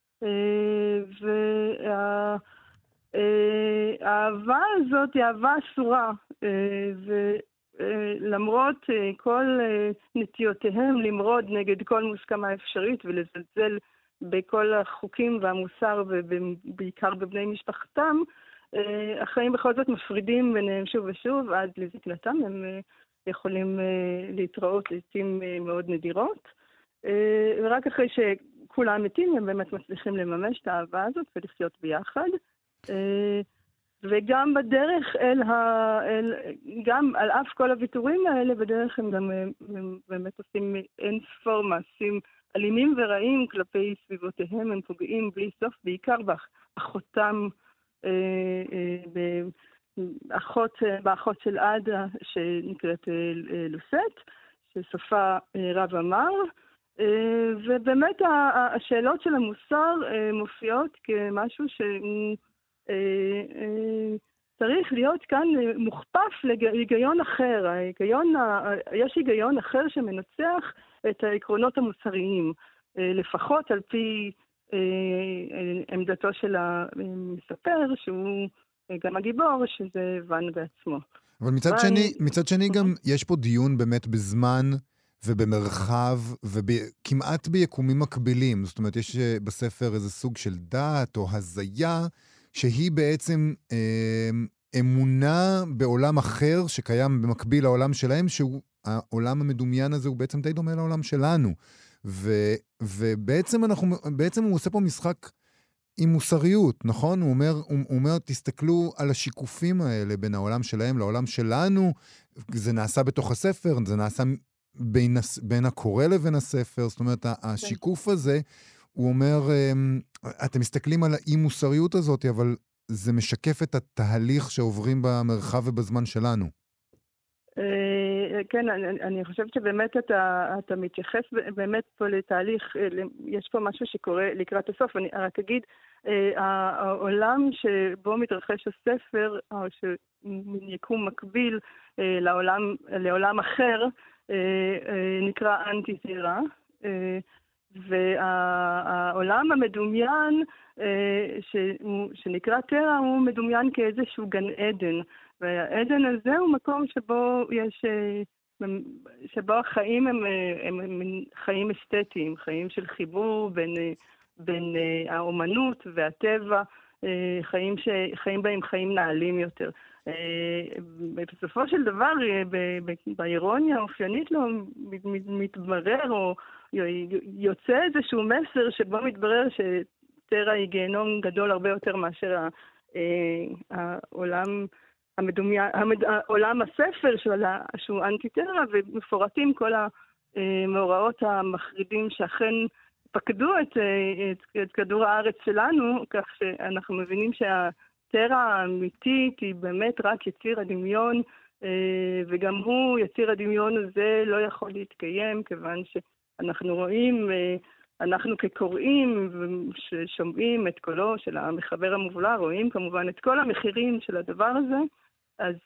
והאהבה הזאת היא אהבה אסורה, למרות כל נטיותיהם למרוד נגד כל מוסכמה אפשרית ולזלזל בכל החוקים והמוסר ובעיקר בבני משפחתם, החיים בכל זאת מפרידים ביניהם שוב ושוב עד לזקנתם. הם יכולים להתראות לעתים מאוד נדירות, ורק אחרי שכולם מתים הם באמת מצליחים לממש את האהבה הזאת ולחיות ביחד. וגם בדרך גם על אף כל הוויתורים האלה, בדרך הם גם באמת עושים אין ספור מעשים אלימים ורעים כלפי סביבותיהם, הם פוגעים בלי סוף, בעיקר באחותם, באחות של עדה שנקראת לוסט, שסופה רב אמר, ובאמת השאלות של המוסר מופיעות כמשהו שהוא צריך להיות כאן מוכפף להיגיון אחר. יש היגיון אחר שמנצח את העקרונות המוסריים, לפחות על פי עמדתו של המספר, שהוא גם הגיבור, שזה ואן בעצמו. אבל מצד שני גם יש פה דיון באמת בזמן ובמרחב וכמעט ביקומים מקבילים. זאת אומרת, יש בספר איזה סוג של דעת או הזיה, שהיא בעצם אמונה בעולם אחר שקיים במקביל לעולם שלהם, שהוא העולם המדומיין הזה הוא בעצם די דומה לעולם שלנו. ובעצם הוא עושה פה משחק עם מוסריות, נכון? הוא אומר, תסתכלו על השיקופים האלה בין העולם שלהם לעולם שלנו, זה נעשה בתוך הספר, זה נעשה בין הקורא לבין הספר, זאת אומרת, השיקוף הזה, הוא אומר, אתם מסתכלים על האי-מוסריות הזאת, אבל זה משקף את התהליך שעוברים במרחב ובזמן שלנו. כן, אני חושבת שבאמת אתה מתייחס באמת פה לתהליך, יש פה משהו שקורה לקראת הסוף, אני רק אגיד, העולם שבו מתרחש הספר, או שיקום מקביל לעולם אחר, נקרא אנטי-תרה, והעולם המדומיין שנקרא תרה הוא מדומיין כאיזשהו גן עדן, והעדן הזה הוא מקום שבו החיים הם חיים אסתטיים, חיים של חיבור בין האומנות והטבע, חיים בהם חיים נעלים יותר. בסופו של דבר, באירוניה האופיינית לו, מתברר או יוצא איזשהו מסר שבו מתברר שתרה היא גיהנום גדול הרבה יותר מאשר עולם הספר שהוא אנטי-תרה, ומפורטים כל המאורעות המחרידים שאכן פקדו את כדור הארץ שלנו, כך שאנחנו מבינים שהתרה האמיתית היא באמת רק יציר הדמיון, וגם הוא, יציר הדמיון הזה, לא יכול להתקיים, כיוון שאנחנו רואים, אנחנו כקוראים ששומעים את קולו של המחבר המובלע, רואים כמובן את כל המחירים של הדבר הזה, אז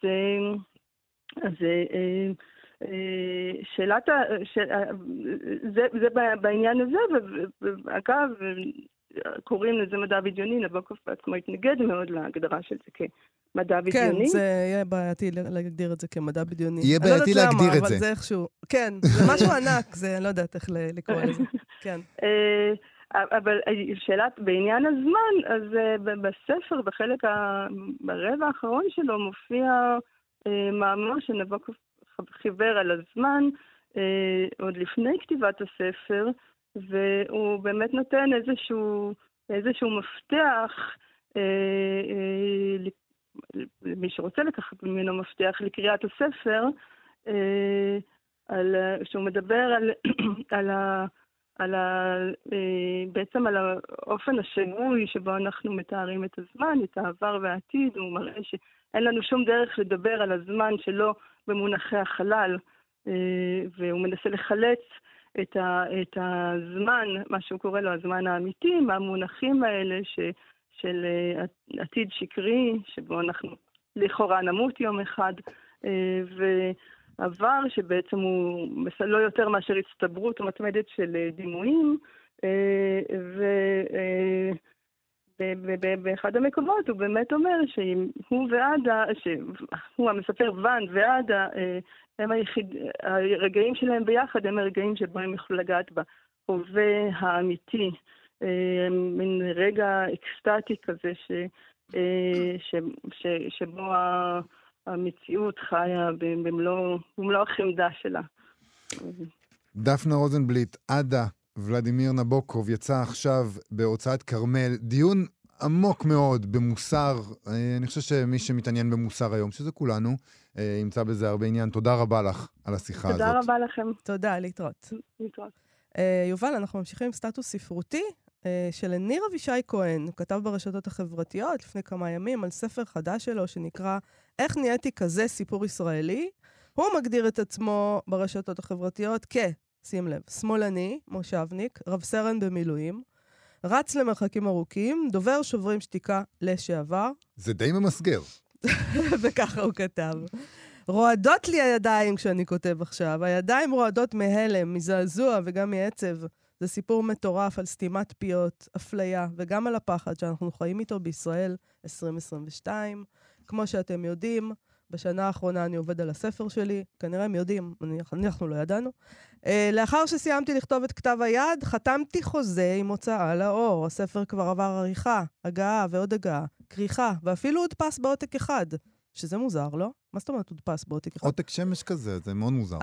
שאלת, זה בעניין הזה, ואגב, קוראים לזה מדע בדיוני, נבוקוב בעצמו התנגד מאוד להגדרה של זה כמדע בדיוני. כן, זה יהיה בעייתי להגדיר את זה כמדע בדיוני. יהיה בעייתי להגדיר את זה. אבל זה איכשהו, כן, זה משהו ענק, זה אני לא יודעת איך לקרוא לזה, כן. אבל שאלת בעניין הזמן, אז בספר, ברבע האחרון שלו מופיע מאמר שנבוקוב חיבר על הזמן, עוד לפני כתיבת הספר, והוא באמת נותן איזשהו מפתח, למי שרוצה לקחת ממנו מפתח לקריאת הספר, שהוא מדבר בעצם על האופן השגוי שבו אנחנו מתארים את הזמן, את העבר והעתיד. הוא מראה שאין לנו שום דרך לדבר על הזמן שלו במונחי החלל, והוא מנסה לחלץ את הזמן, מה שהוא קורא לו הזמן האמיתי, מהמונחים האלה של עתיד שקרי, שבו אנחנו לכאורה נמות יום אחד, ועבר שבעצם הוא לא יותר מאשר הצטברות מתמדת של דימויים, ובאחד המקומות הוא באמת אומר שהוא ועדה, שהוא המספר ואן ועדה, הם הרגעים שלהם ביחד, הם הרגעים שבו הם יכולו לגעת בהווה האמיתי, מין רגע אקסטטי כזה שבו המציאות חיה במלוא החמדה שלה. דפנה רוזנבליט, עדה, ולדימיר נבוקוב, יצא עכשיו בהוצאת כרמל, דיון עמוק מאוד במוסר, אני חושב שמי שמתעניין במוסר היום, שזה כולנו, ימצא בזה הרבה עניין. תודה רבה לך על השיחה הזאת. תודה רבה לכם. תודה, להתראות. יובל, אנחנו ממשיכים עם סטטוס ספרותי של ניר אבישי כהן. הוא כתב ברשתות החברתיות לפני כמה ימים על ספר חדש שלו שנקרא איך נהייתי כזה סיפור ישראלי. הוא מגדיר את עצמו ברשתות החברתיות שים לב, שמאלני, מושבניק, רב סרן במילואים, רץ למרחקים ארוכים, דובר שוברים שתיקה לשעבר. זה די ממסגר. וככה הוא כתב. רועדות לי הידיים כשאני כותב עכשיו. הידיים רועדות מהלם, מזעזוע וגם מעצב. זה סיפור מטורף על סתימת פיות, אפליה, וגם על הפחד שאנחנו חיים איתו בישראל 2022. כמו שאתם יודעים, בשנה האחרונה אני עובד על הספר שלי, כנראה הם יודעים, אנחנו לא ידענו. לאחר שסיימתי לכתוב את כתב היד, חתמתי חוזה עם הוצאה לאור. הספר כבר עבר עריכה, הגעה ועוד הגעה, כריכה, ואפילו הודפס בעותק אחד, שזה מוזר, לא? מה זאת אומרת הודפס בעותק אחד? עותק שמש כזה, זה מאוד מוזר.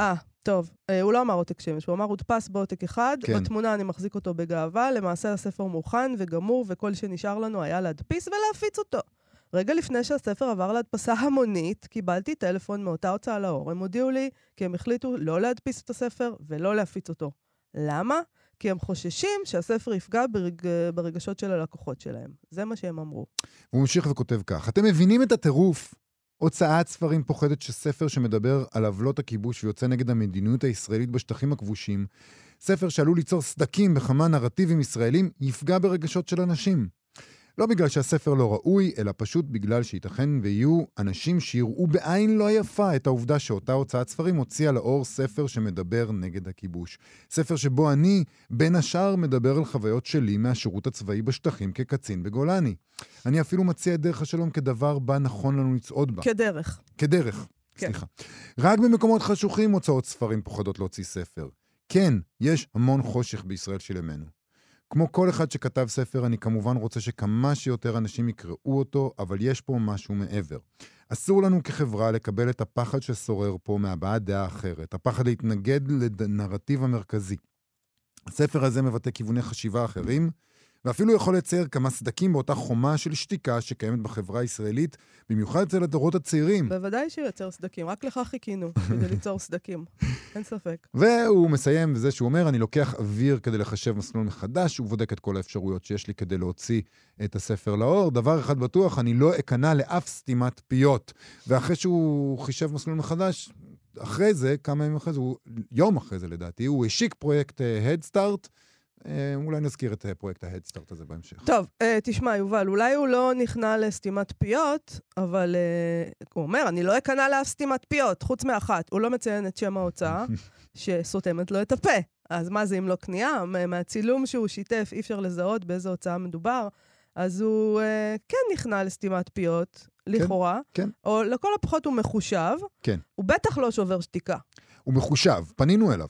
טוב, הוא לא אמר עותק שמש, הוא אמר הודפס בעותק אחד, כן. בתמונה אני מחזיק אותו בגאווה, למעשה הספר מוכן וגמור, וכל שנשאר לנו היה להדפיס ולהפיץ אותו. רגע לפני שהספר עבר להדפסה המונית, קיבלתי טלפון מאותה הוצאה לאור. הם הודיעו לי כי הם החליטו לא להדפיס את הספר ולא להפיץ אותו. למה? כי הם חוששים שהספר יפגע ברגשות של הלקוחות שלהם. זה מה שהם אמרו. הוא ממשיך וכותב כך, אתם מבינים את הטירוף? הוצאת ספרים פוחדת שספר שמדבר על עוולות הכיבוש ויוצא נגד המדיניות הישראלית בשטחים הכבושים, ספר שעלול ליצור סדקים בכמה נרטיבים ישראלים, יפגע ברגשות של אנשים. לא בגלל שהספר לא ראוי, אלא פשוט בגלל שייתכן ויהיו אנשים שיראו בעין לא יפה את העובדה שאותה הוצאת ספרים הוציאה לאור ספר שמדבר נגד הכיבוש. ספר שבו אני, בין השאר, מדבר על חוויות שלי מהשירות הצבאי בשטחים כקצין בגולני. אני אפילו מציע את דרך השלום כדבר בה נכון לנו לצעוד בה. כדרך. כדרך, כן. סליחה. רק במקומות חשוכים הוצאות ספרים פוחדות להוציא ספר. כן, יש המון חושך בישראל של ימינו. כמו כל אחד שכתב ספר, אני כמובן רוצה שכמה שיותר אנשים יקראו אותו, אבל יש פה משהו מעבר. אסור לנו כחברה לקבל את הפחד ששורר פה מהבעת דעה אחרת, הפחד להתנגד לנרטיב המרכזי. הספר הזה מבטא כיווני חשיבה אחרים, ואפילו יכול לצייר כמה סדקים באותה חומה של שתיקה שקיימת בחברה הישראלית, במיוחד אצל הדורות הצעירים. בוודאי שיוצר סדקים, רק לך חיכינו כדי ליצור סדקים, אין ספק. והוא מסיים בזה שהוא אומר, אני לוקח אוויר כדי לחשב מסלול מחדש, הוא בודק את כל האפשרויות שיש לי כדי להוציא את הספר לאור. דבר אחד בטוח, אני לא אכנע לאף סתימת פיות. ואחרי שהוא חישב מסלול מחדש, אחרי זה, כמה ימים אחרי זה, יום אחרי זה לדעתי, הוא השיק פרויקט Head Start, אולי נזכיר את פרויקט ה-Head Start הזה בהמשך. טוב, תשמע, יובל, אולי הוא לא נכנע לסתימת פיות, אבל הוא אומר, אני לא אכנע לאף סתימת פיות, חוץ מאחת. הוא לא מציין את שם ההוצאה, שסותמת לו את הפה. אז מה זה אם לא כניעה? מהצילום שהוא שיתף, אי אפשר לזהות באיזו הוצאה מדובר, אז הוא כן נכנע לסתימת פיות, לכאורה, כן. או לכל הפחות הוא מחושב, כן. הוא בטח לא שובר שתיקה. הוא מחושב, פנינו אליו.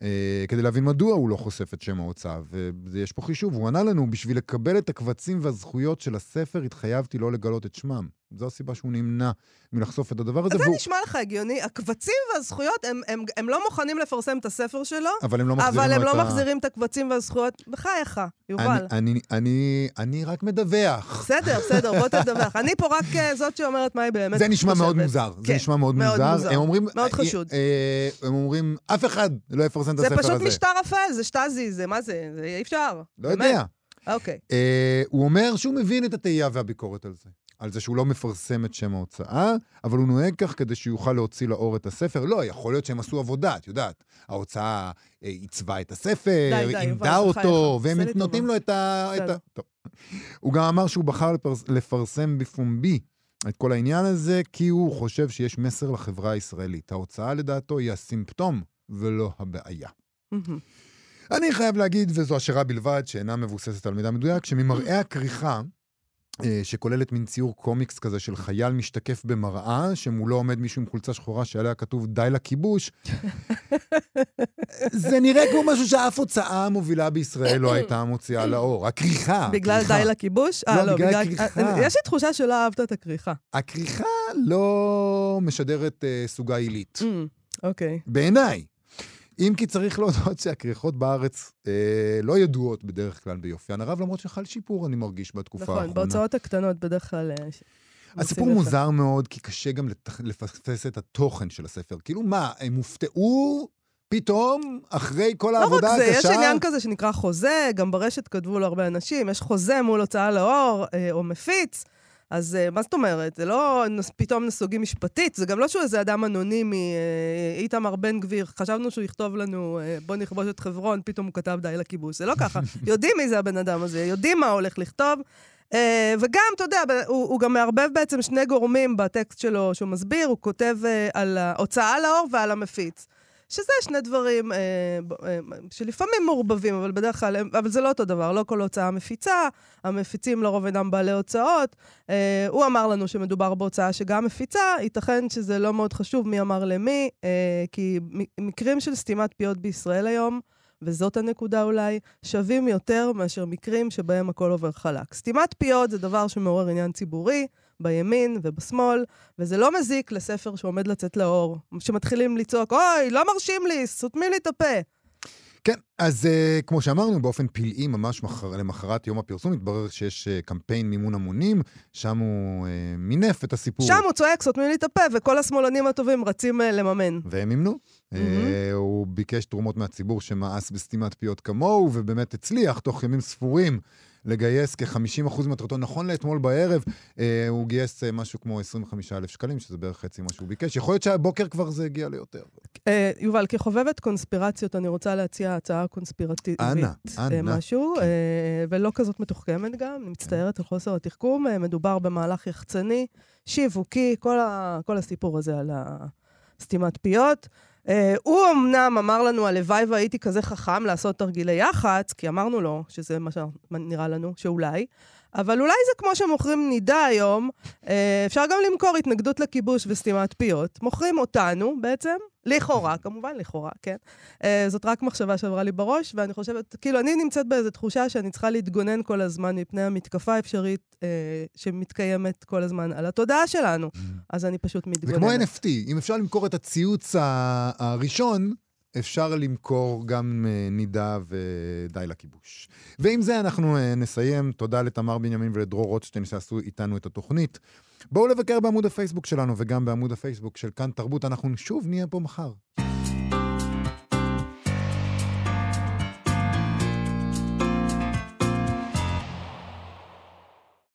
כדי להבין מדוע הוא לא חושף את שם ההוצאה, ויש פה חישוב, הוא ענה לנו, בשביל לקבל את הקבצים והזכויות של הספר, התחייבתי לא לגלות את שמם. זו הסיבה שהוא נמנע מלחשוף את הדבר הזה. אז זה נשמע לך הגיוני, הקבצים והזכויות, הם לא מוכנים לפרסם את הספר שלו, אבל הם לא מחזירים את הקבצים והזכויות. בחייך, יובל. אני רק מדווח. בסדר, בוא תדווח. אני פה רק זאת שאומרת מה היא באמת זה נשמע מאוד מוזר. זה נשמע מאוד מוזר. הם אומרים, מאוד חשוד. הם אומרים, אף אחד לא יפרסם את הספר הזה. זה פשוט משטר אפל, זה שטאזי, זה מה זה? זה אי אפשר. לא יודע. אוקיי. הוא אומר שהוא מבין את התהייה והביקורת על זה. על זה שהוא לא מפרסם את שם ההוצאה, אבל הוא נוהג כך כדי שיוכל להוציא לאור את הספר. לא, יכול להיות שהם עשו עבודה, את יודעת. ההוצאה עיצבה את הספר, עמדה אותו, והם נותנים לו את ה... טוב. הוא גם אמר שהוא בחר לפרסם בפומבי את כל העניין הזה, כי הוא חושב שיש מסר לחברה הישראלית. ההוצאה לדעתו היא הסימפטום ולא הבעיה. אני חייב להגיד, וזו השערה בלבד, שאינה מבוססת על מידע מדויק, שממראה הכריכה, שכוללת מין ציור קומיקס כזה של חייל משתקף במראה, שמולו עומד מישהו עם חולצה שחורה שעליה כתוב די לכיבוש. זה נראה כמו משהו שאף הוצאה מובילה בישראל לא הייתה מוציאה לאור. הכריכה. בגלל די לכיבוש? לא, בגלל הכריכה. יש לי תחושה שלא אהבת את הכריכה. הכריכה לא משדרת סוגה עילית. אוקיי. בעיניי. אם כי צריך להודות שהכריכות בארץ לא ידועות בדרך כלל ביופיין הרב, למרות שחל שיפור, אני מרגיש בתקופה האחרונה. נכון, בהוצאות הקטנות בדרך כלל... הסיפור מוזר מאוד, כי קשה גם לפספס את התוכן של הספר. כאילו מה, הם הופתעו פתאום אחרי כל העבודה הקשה? לא רק זה, יש עניין כזה שנקרא חוזה, גם ברשת כתבו לו הרבה אנשים, יש חוזה מול הוצאה לאור או מפיץ, אז מה זאת אומרת? זה לא פתאום נסוגים משפטית, זה גם לא שהוא איזה אדם אנונימי, איתמר בן גביר, חשבנו שהוא יכתוב לנו, בוא נכבוש את חברון, פתאום הוא כתב די לכיבוש. זה לא ככה. יודעים מי זה הבן אדם הזה, יודעים מה הולך לכתוב, וגם, אתה יודע, הוא גם מערבב בעצם שני גורמים בטקסט שלו שהוא מסביר, הוא כותב על ההוצאה לאור ועל המפיץ. שזה שני דברים שלפעמים מעורבבים, אבל בדרך כלל, אבל זה לא אותו דבר, לא כל הוצאה מפיצה, המפיצים לרוב אינם בעלי הוצאות. הוא אמר לנו שמדובר בהוצאה שגם מפיצה, ייתכן שזה לא מאוד חשוב מי אמר למי, כי מקרים של סתימת פיות בישראל היום, וזאת הנקודה אולי, שווים יותר מאשר מקרים שבהם הכל עובר חלק. סתימת פיות זה דבר שמעורר עניין ציבורי, בימין ובשמאל, וזה לא מזיק לספר שעומד לצאת לאור, שמתחילים לצעוק, אוי, לא מרשים לי, סותמי לי את הפה. כן, אז כמו שאמרנו, באופן פלאי, ממש למחרת יום הפרסום, התברר שיש קמפיין מימון המונים, שם הוא מינף את הסיפור. שם הוא צועק, סותמים לי את הפה, וכל השמאלנים הטובים רצים לממן. והם מימנו. הוא ביקש תרומות מהציבור שמאס בסתימת פיות כמוהו, ובאמת הצליח תוך ימים ספורים לגייס כ-50% מטרתו. נכון לאתמול בערב, הוא גייס משהו כמו 25,000 שקלים, שזה בערך חצי מה שהוא ביקש. יכול להיות שהבוקר כבר זה הגיע ליותר. יובל, כחובבת קונספירציות, אני רוצה להציע הצעה קונספירטיבית. אנא. משהו, ולא כזאת מתוחכמת גם, אני מצטערת על חוסר התחכום. מדובר במהלך יחצני, שיווקי, כל הסיפור הזה על הסתימת פיות. הוא אמנם אמר לנו, הלוואי והייתי כזה חכם לעשות תרגילי יח"צ, כי אמרנו לו שזה מה שנראה לנו, שאולי, אבל אולי זה כמו שמוכרים נידה היום, אפשר גם למכור התנגדות לכיבוש וסתימת פיות. מוכרים אותנו בעצם, לכאורה, כמובן לכאורה, כן? זאת רק מחשבה שעברה לי בראש, ואני חושבת, כאילו, אני נמצאת באיזו תחושה שאני צריכה להתגונן כל הזמן מפני המתקפה האפשרית שמתקיימת כל הזמן על התודעה שלנו. אז אני פשוט מתגוננת. זה כמו NFT, אם אפשר למכור את הציוץ הראשון, אפשר למכור גם נידה ודי לכיבוש. ועם זה אנחנו נסיים. תודה לתמר בנימין ולדרור רוטשטיין שעשו איתנו את התוכנית. בואו לבקר בעמוד הפייסבוק שלנו וגם בעמוד הפייסבוק של כאן תרבות. אנחנו שוב נהיה פה מחר.